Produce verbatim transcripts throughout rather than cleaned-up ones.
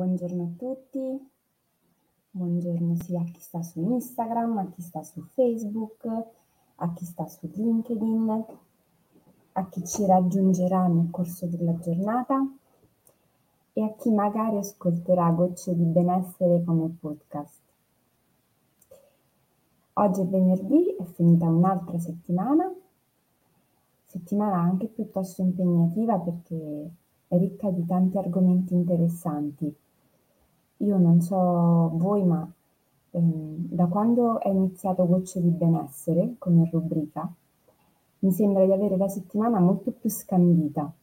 Buongiorno a tutti, buongiorno sia a chi sta su Instagram, a chi sta su Facebook, a chi sta su LinkedIn, a chi ci raggiungerà nel corso della giornata e a chi magari ascolterà Gocce di Benessere come podcast. Oggi è venerdì, è finita un'altra settimana, settimana anche piuttosto impegnativa perché è ricca di tanti argomenti interessanti. Io non so voi, ma ehm, da quando è iniziato Gocce di Benessere come rubrica, mi sembra di avere la settimana molto più scandita.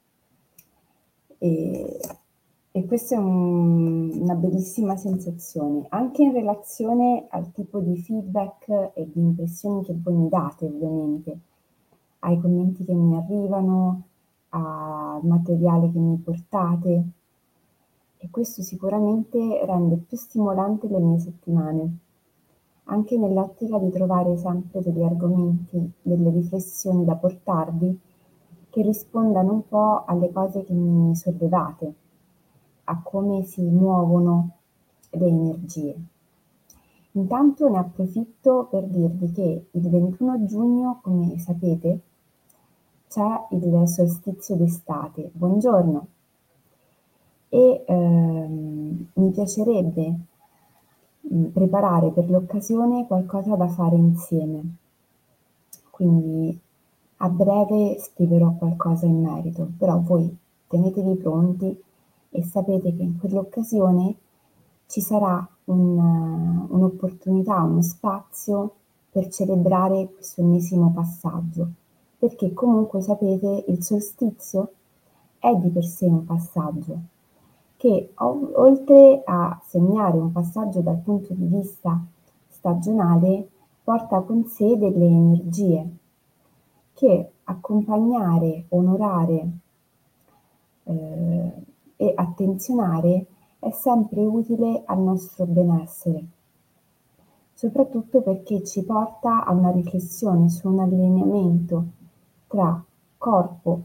E, e questa è un, una bellissima sensazione, anche in relazione al tipo di feedback e di impressioni che voi mi date, ovviamente, ai commenti che mi arrivano, al materiale che mi portate. E questo sicuramente rende più stimolante le mie settimane, anche nell'ottica di trovare sempre degli argomenti, delle riflessioni da portarvi che rispondano un po' alle cose che mi sollevate, a come si muovono le energie. Intanto ne approfitto per dirvi che il ventuno giugno, come sapete, c'è il solstizio d'estate. Buongiorno! E ehm, mi piacerebbe mh, preparare per l'occasione qualcosa da fare insieme. Quindi a breve scriverò qualcosa in merito, però voi tenetevi pronti e sapete che in quell'occasione ci sarà un, uh, un'opportunità, uno spazio per celebrare questo ennesimo passaggio, perché comunque sapete il solstizio è di per sé un passaggio che o- oltre a segnare un passaggio dal punto di vista stagionale porta con sé delle energie che accompagnare, onorare eh, e attenzionare è sempre utile al nostro benessere, soprattutto perché ci porta a una riflessione su un allineamento tra corpo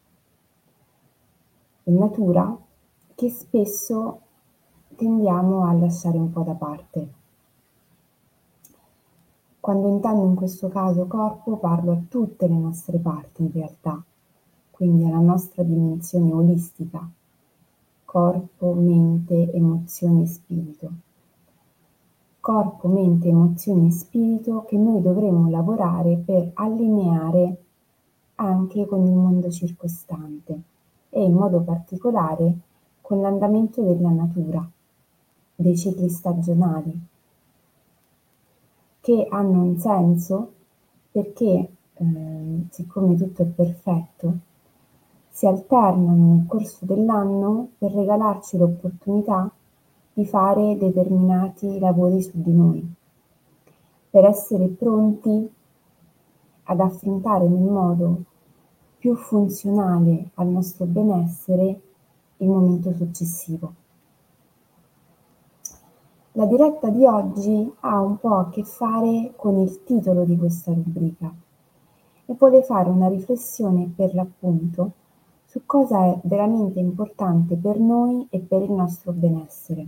e natura che spesso tendiamo a lasciare un po' da parte. Quando intendo in questo caso corpo parlo a tutte le nostre parti in realtà, quindi alla nostra dimensione olistica, corpo, mente, emozioni e spirito. Corpo, mente, emozioni e spirito che noi dovremmo lavorare per allineare anche con il mondo circostante e in modo particolare con l'andamento della natura, dei cicli stagionali, che hanno un senso perché, eh, siccome tutto è perfetto, si alternano nel corso dell'anno per regalarci l'opportunità di fare determinati lavori su di noi, per essere pronti ad affrontare nel modo più funzionale al nostro benessere il momento successivo. La diretta di oggi ha un po' a che fare con il titolo di questa rubrica e vuole fare una riflessione per l'appunto su cosa è veramente importante per noi e per il nostro benessere.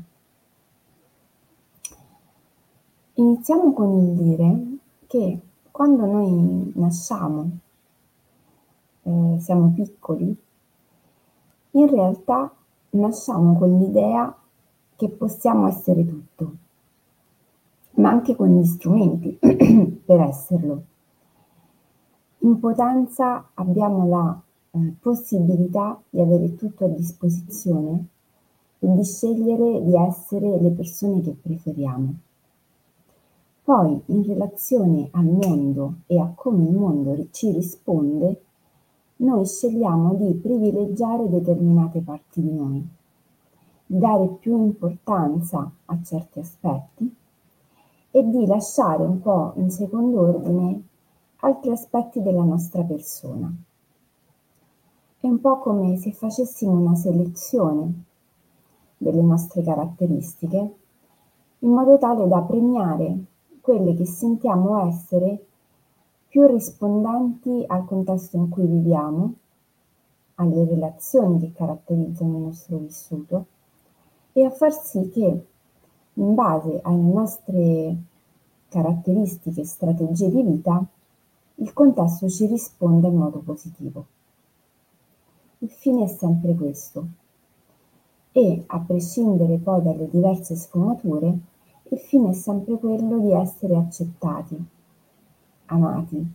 Iniziamo con il dire che quando noi nasciamo, eh, siamo piccoli, in realtà nasciamo con l'idea che possiamo essere tutto, ma anche con gli strumenti per esserlo. In potenza abbiamo la eh, possibilità di avere tutto a disposizione e di scegliere di essere le persone che preferiamo. Poi, in relazione al mondo e a come il mondo ci risponde, noi scegliamo di privilegiare determinate parti di noi, di dare più importanza a certi aspetti e di lasciare un po' in secondo ordine altri aspetti della nostra persona. È un po' come se facessimo una selezione delle nostre caratteristiche in modo tale da premiare quelle che sentiamo essere più rispondenti al contesto in cui viviamo, alle relazioni che caratterizzano il nostro vissuto e a far sì che, in base alle nostre caratteristiche e strategie di vita, il contesto ci risponda in modo positivo. Il fine è sempre questo. E, a prescindere poi dalle diverse sfumature, il fine è sempre quello di essere accettati, amati,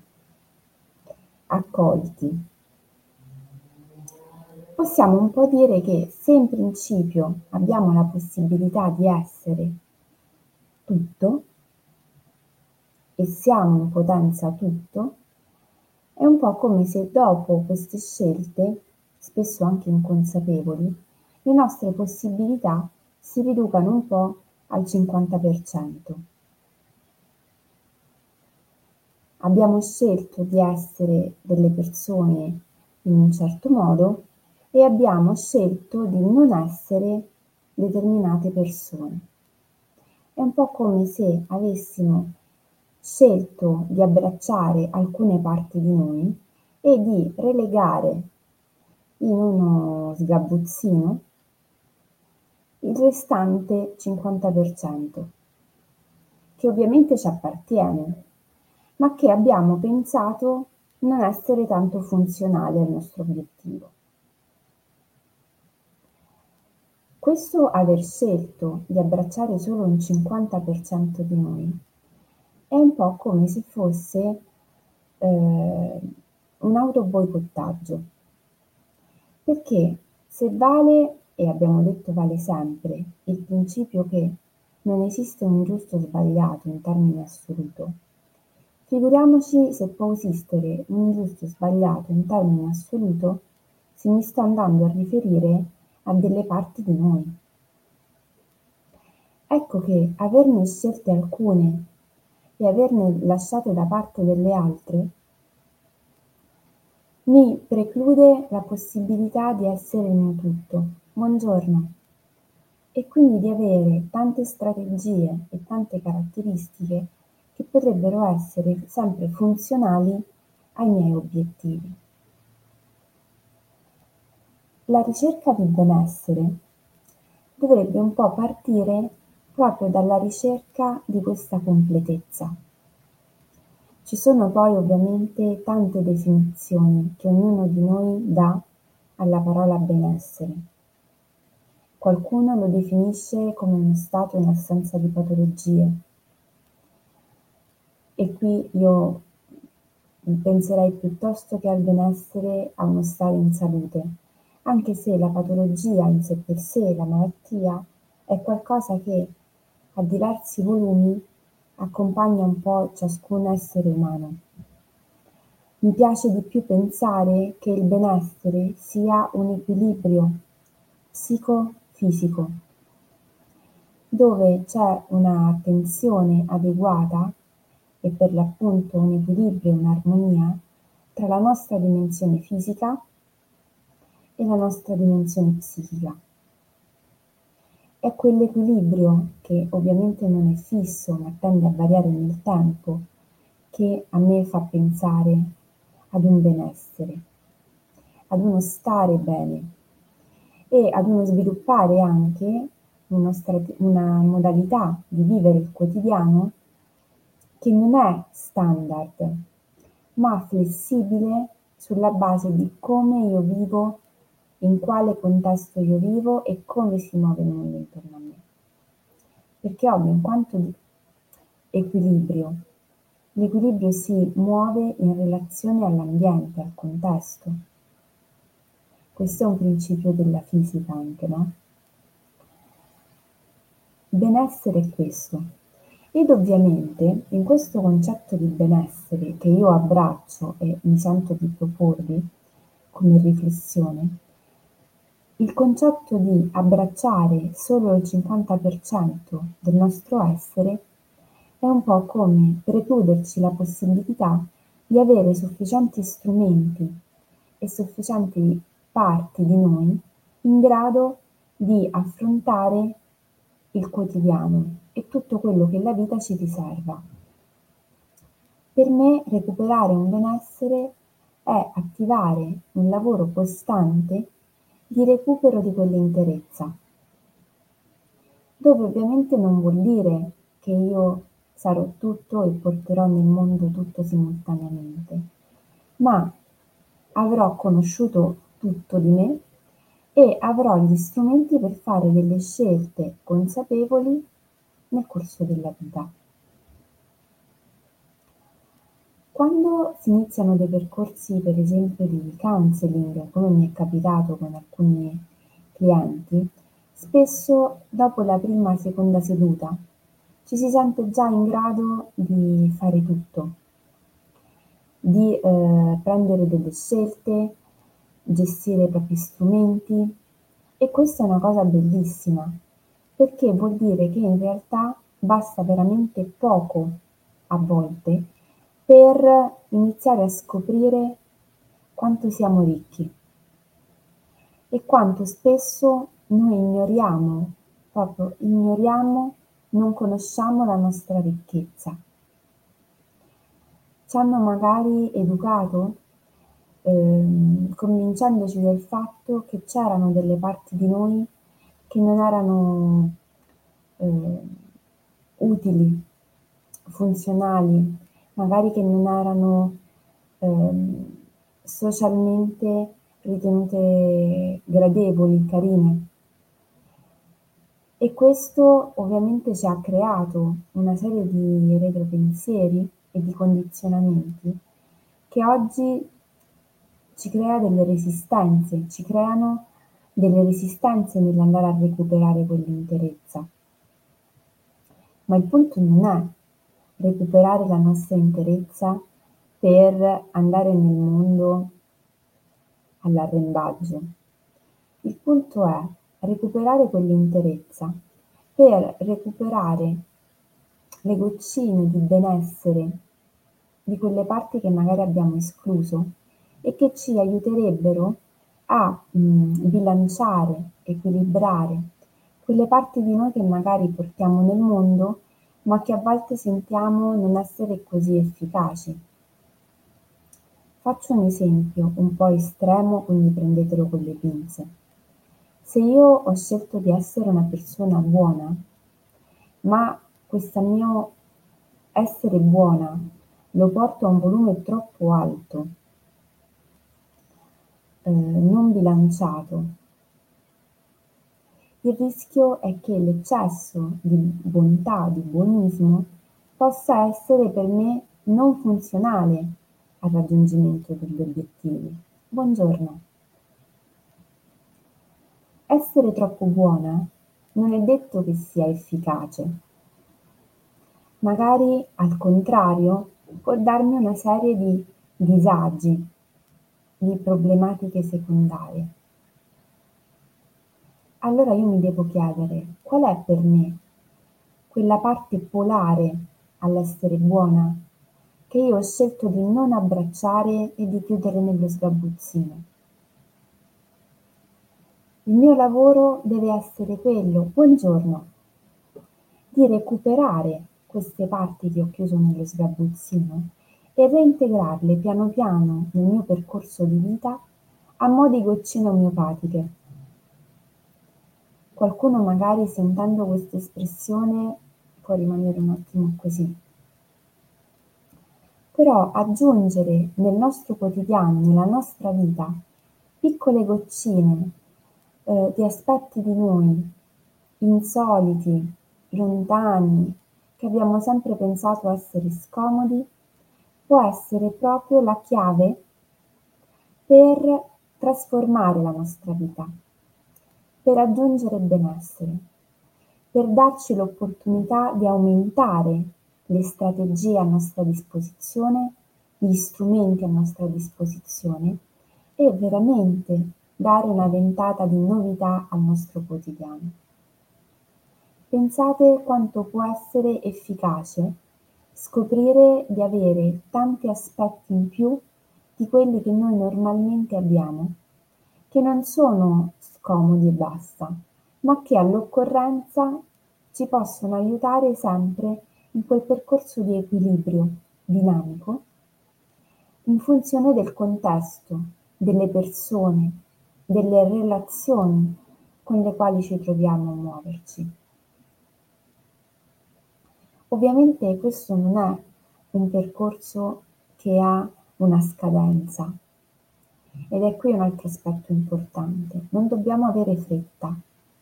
accolti. Possiamo un po' dire che se in principio abbiamo la possibilità di essere tutto e siamo in potenza tutto, è un po' come se dopo queste scelte, spesso anche inconsapevoli, le nostre possibilità si riducano un po' al cinquanta per cento. Abbiamo scelto di essere delle persone in un certo modo e abbiamo scelto di non essere determinate persone. È un po' come se avessimo scelto di abbracciare alcune parti di noi e di relegare in uno sgabuzzino il restante cinquanta per cento, che ovviamente ci appartiene, ma che abbiamo pensato non essere tanto funzionale al nostro obiettivo. Questo aver scelto di abbracciare solo un cinquanta per cento di noi è un po' come se fosse eh, un autoboicottaggio, perché se vale, e abbiamo detto vale sempre, il principio che non esiste un giusto o sbagliato in termini assoluto, figuriamoci se può esistere un giusto o sbagliato in termini assoluto se mi sto andando a riferire a delle parti di noi. Ecco che averne scelte alcune e averne lasciate da parte delle altre mi preclude la possibilità di essere il mio tutto. Buongiorno. E quindi di avere tante strategie e tante caratteristiche che potrebbero essere sempre funzionali ai miei obiettivi. La ricerca di benessere dovrebbe un po' partire proprio dalla ricerca di questa completezza. Ci sono poi ovviamente tante definizioni che ognuno di noi dà alla parola benessere. Qualcuno lo definisce come uno stato in assenza di patologie. E qui io penserei piuttosto che al benessere a uno stare in salute, anche se la patologia in sé per sé, la malattia, è qualcosa che a diversi volumi accompagna un po' ciascun essere umano. Mi piace di più pensare che il benessere sia un equilibrio psicofisico, dove c'è una tensione adeguata e per l'appunto un equilibrio, un'armonia tra la nostra dimensione fisica e la nostra dimensione psichica. È quell'equilibrio, che ovviamente non è fisso ma tende a variare nel tempo, che a me fa pensare ad un benessere, ad uno stare bene e ad uno sviluppare anche una, strate- una modalità di vivere il quotidiano che non è standard, ma flessibile sulla base di come io vivo, in quale contesto io vivo e come si muove il mondo intorno a me. Perché ovvio, in quanto di equilibrio, l'equilibrio si muove in relazione all'ambiente, al contesto. Questo è un principio della fisica anche, no? Benessere è questo. Ed ovviamente in questo concetto di benessere che io abbraccio e mi sento di proporvi come riflessione, il concetto di abbracciare solo il cinquanta per cento del nostro essere è un po' come precluderci la possibilità di avere sufficienti strumenti e sufficienti parti di noi in grado di affrontare il quotidiano e tutto quello che la vita ci riserva. Per me recuperare un benessere è attivare un lavoro costante di recupero di quell'interezza. dove ovviamente non vuol dire che io sarò tutto e porterò nel mondo tutto simultaneamente, ma avrò conosciuto tutto di me e avrò gli strumenti per fare delle scelte consapevoli nel corso della vita. Quando si iniziano dei percorsi, per esempio, di counseling, come mi è capitato con alcuni clienti, spesso dopo la prima, seconda seduta ci si sente già in grado di fare tutto, di eh, prendere delle scelte, gestire i propri strumenti e questa è una cosa bellissima perché vuol dire che in realtà basta veramente poco a volte per iniziare a scoprire quanto siamo ricchi e quanto spesso noi ignoriamo, proprio ignoriamo, non conosciamo la nostra ricchezza. Ci hanno magari educato ehm, convincendoci del fatto che c'erano delle parti di noi che non erano eh, utili, funzionali, magari che non erano ehm, socialmente ritenute gradevoli, carine. E questo ovviamente ci ha creato una serie di retropensieri e di condizionamenti che oggi ci crea delle resistenze, ci creano delle resistenze nell'andare a recuperare quell'interezza. Ma il punto non è recuperare la nostra interezza per andare nel mondo all'arrembaggio. Il punto è recuperare quell'interezza per recuperare le goccine di benessere di quelle parti che magari abbiamo escluso e che ci aiuterebbero a mh, bilanciare, equilibrare quelle parti di noi che magari portiamo nel mondo ma che a volte sentiamo non essere così efficaci. Faccio un esempio un po' estremo, quindi prendetelo con le pinze. Se io ho scelto di essere una persona buona, ma questo mio essere buona lo porto a un volume troppo alto, eh, non bilanciato, il rischio è che l'eccesso di bontà, di buonismo, possa essere per me non funzionale al raggiungimento degli obiettivi. Buongiorno. Essere troppo buona non è detto che sia efficace. Magari, al contrario, può darmi una serie di disagi, di problematiche secondarie. Allora io mi devo chiedere qual è per me quella parte polare all'essere buona che io ho scelto di non abbracciare e di chiudere nello sgabuzzino. Il mio lavoro deve essere quello, buongiorno, di recuperare queste parti che ho chiuso nello sgabuzzino e reintegrarle piano piano nel mio percorso di vita a mo' di goccine omeopatiche. Qualcuno magari sentendo questa espressione può rimanere un attimo così. Però aggiungere nel nostro quotidiano, nella nostra vita, piccole goccine eh, di aspetti di noi insoliti, lontani, che abbiamo sempre pensato essere scomodi, può essere proprio la chiave per trasformare la nostra vita, per raggiungere benessere, per darci l'opportunità di aumentare le strategie a nostra disposizione, gli strumenti a nostra disposizione e veramente dare una ventata di novità al nostro quotidiano. Pensate quanto può essere efficace scoprire di avere tanti aspetti in più di quelli che noi normalmente abbiamo, che non sono scomodi e basta, ma che all'occorrenza ci possono aiutare sempre in quel percorso di equilibrio dinamico in funzione del contesto, delle persone, delle relazioni con le quali ci troviamo a muoverci. Ovviamente questo non è un percorso che ha una scadenza. Ed è qui un altro aspetto importante: non dobbiamo avere fretta.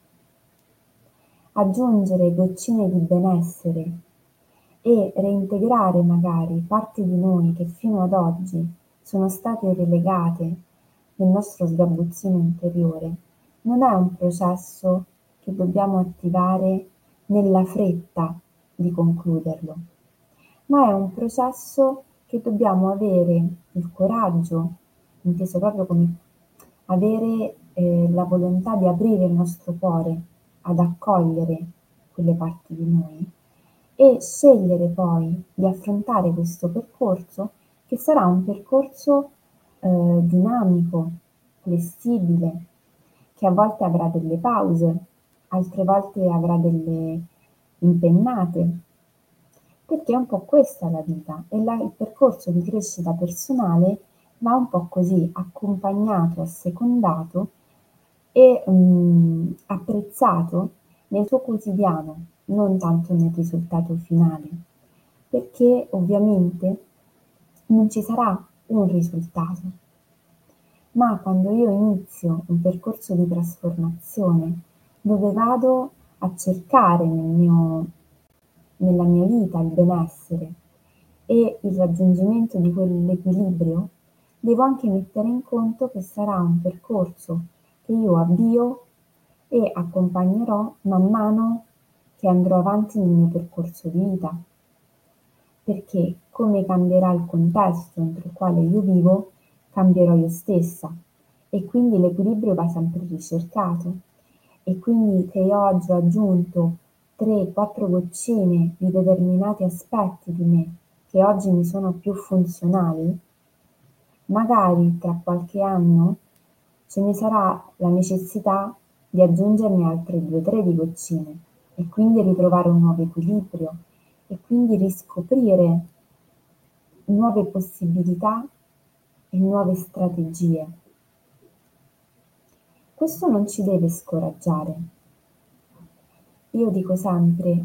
Aggiungere goccine di benessere e reintegrare magari parti di noi che fino ad oggi sono state relegate nel nostro sgabuzzino interiore, non è un processo che dobbiamo attivare nella fretta di concluderlo, ma è un processo che dobbiamo avere il coraggio, inteso proprio come avere eh, la volontà di aprire il nostro cuore ad accogliere quelle parti di noi e scegliere poi di affrontare questo percorso, che sarà un percorso eh, dinamico, flessibile, che a volte avrà delle pause, altre volte avrà delle impennate, perché è un po' questa la vita e la, il percorso di crescita personale va un po' così, accompagnato, assecondato e mh, apprezzato nel suo quotidiano, non tanto nel risultato finale, perché ovviamente non ci sarà un risultato, ma quando io inizio un percorso di trasformazione dove vado a cercare nel mio, nella mia vita il benessere e il raggiungimento di quell'equilibrio, devo anche mettere in conto che sarà un percorso che io avvio e accompagnerò man mano che andrò avanti nel mio percorso di vita, perché come cambierà il contesto entro il quale io vivo, cambierò io stessa e quindi l'equilibrio va sempre ricercato. E quindi se io oggi ho aggiunto tre quattro goccine di determinati aspetti di me che oggi mi sono più funzionali, magari tra qualche anno ce ne sarà la necessità di aggiungerne altre due tre di goccine e quindi ritrovare un nuovo equilibrio e quindi riscoprire nuove possibilità e nuove strategie. Questo non ci deve scoraggiare. Io dico sempre,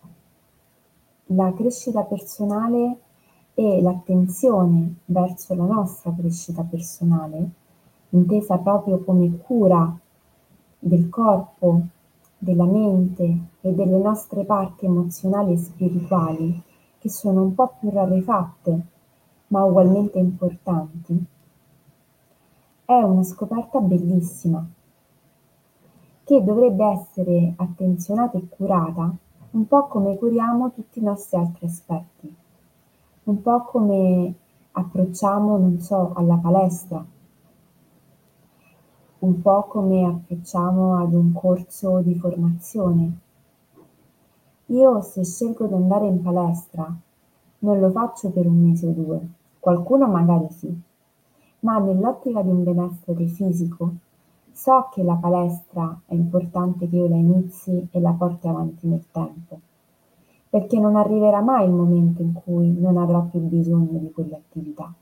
la crescita personale e l'attenzione verso la nostra crescita personale, intesa proprio come cura del corpo, della mente e delle nostre parti emozionali e spirituali, che sono un po' più rarefatte, ma ugualmente importanti, è una scoperta bellissima, che dovrebbe essere attenzionata e curata un po' come curiamo tutti i nostri altri aspetti, un po' come approcciamo, non so, alla palestra, un po' come approcciamo ad un corso di formazione. Io se scelgo di andare in palestra non lo faccio per un mese o due, qualcuno magari sì, ma nell'ottica di un benessere fisico so che la palestra è importante che io la inizi e la porti avanti nel tempo, perché non arriverà mai il momento in cui non avrò più bisogno di quell'attività.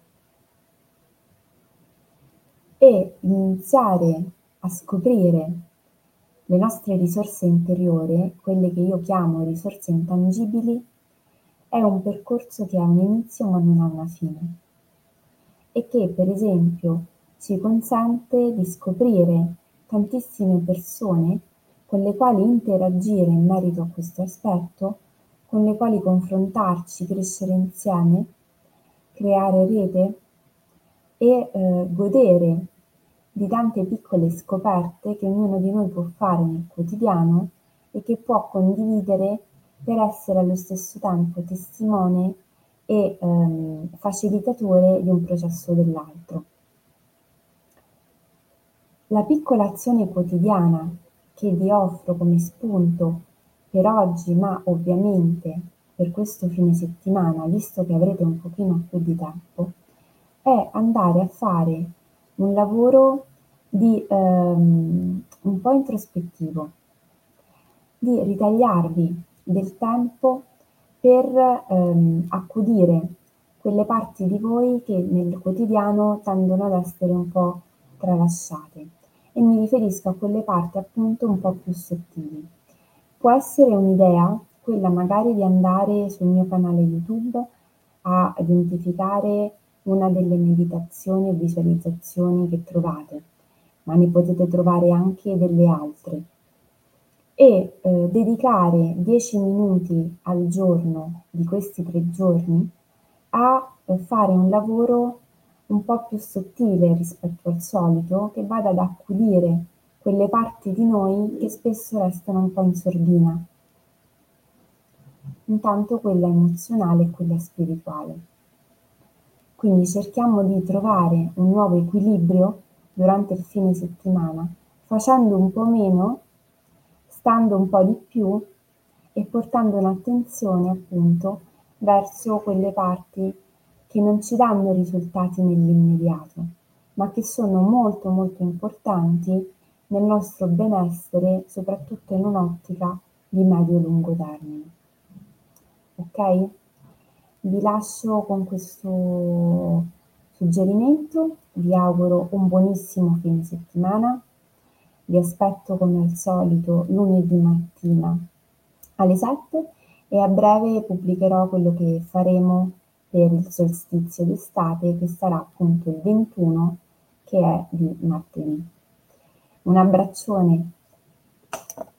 E iniziare a scoprire le nostre risorse interiori, quelle che io chiamo risorse intangibili, è un percorso che ha un inizio ma non ha una fine e che per esempio ci consente di scoprire tantissime persone con le quali interagire in merito a questo aspetto, con le quali confrontarci, crescere insieme, creare rete e eh, godere di tante piccole scoperte che ognuno di noi può fare nel quotidiano e che può condividere per essere allo stesso tempo testimone e ehm, facilitatore di un processo o dell'altro. La piccola azione quotidiana che vi offro come spunto per oggi, ma ovviamente per questo fine settimana, visto che avrete un pochino più di tempo, è andare a fare un lavoro di ehm, un po' introspettivo, di ritagliarvi del tempo per ehm, accudire quelle parti di voi che nel quotidiano tendono ad essere un po' tralasciate. E mi riferisco a quelle parti appunto un po' più sottili. Può essere un'idea quella magari di andare sul mio canale YouTube a identificare una delle meditazioni o visualizzazioni che trovate, ma ne potete trovare anche delle altre. E, ehm, dedicare dieci minuti al giorno di questi tre giorni a, ehm, fare un lavoro un po' più sottile rispetto al solito, che vada ad accudire quelle parti di noi che spesso restano un po' in sordina. Intanto quella emozionale e quella spirituale. Quindi cerchiamo di trovare un nuovo equilibrio durante il fine settimana, facendo un po' meno, stando un po' di più e portando un'attenzione appunto verso quelle parti che non ci danno risultati nell'immediato, ma che sono molto molto importanti nel nostro benessere, soprattutto in un'ottica di medio-lungo termine. Ok? Vi lascio con questo suggerimento, vi auguro un buonissimo fine settimana, vi aspetto come al solito lunedì mattina alle sette e a breve pubblicherò quello che faremo per il solstizio d'estate che sarà appunto il ventuno, che è di martedì. Un abbraccione.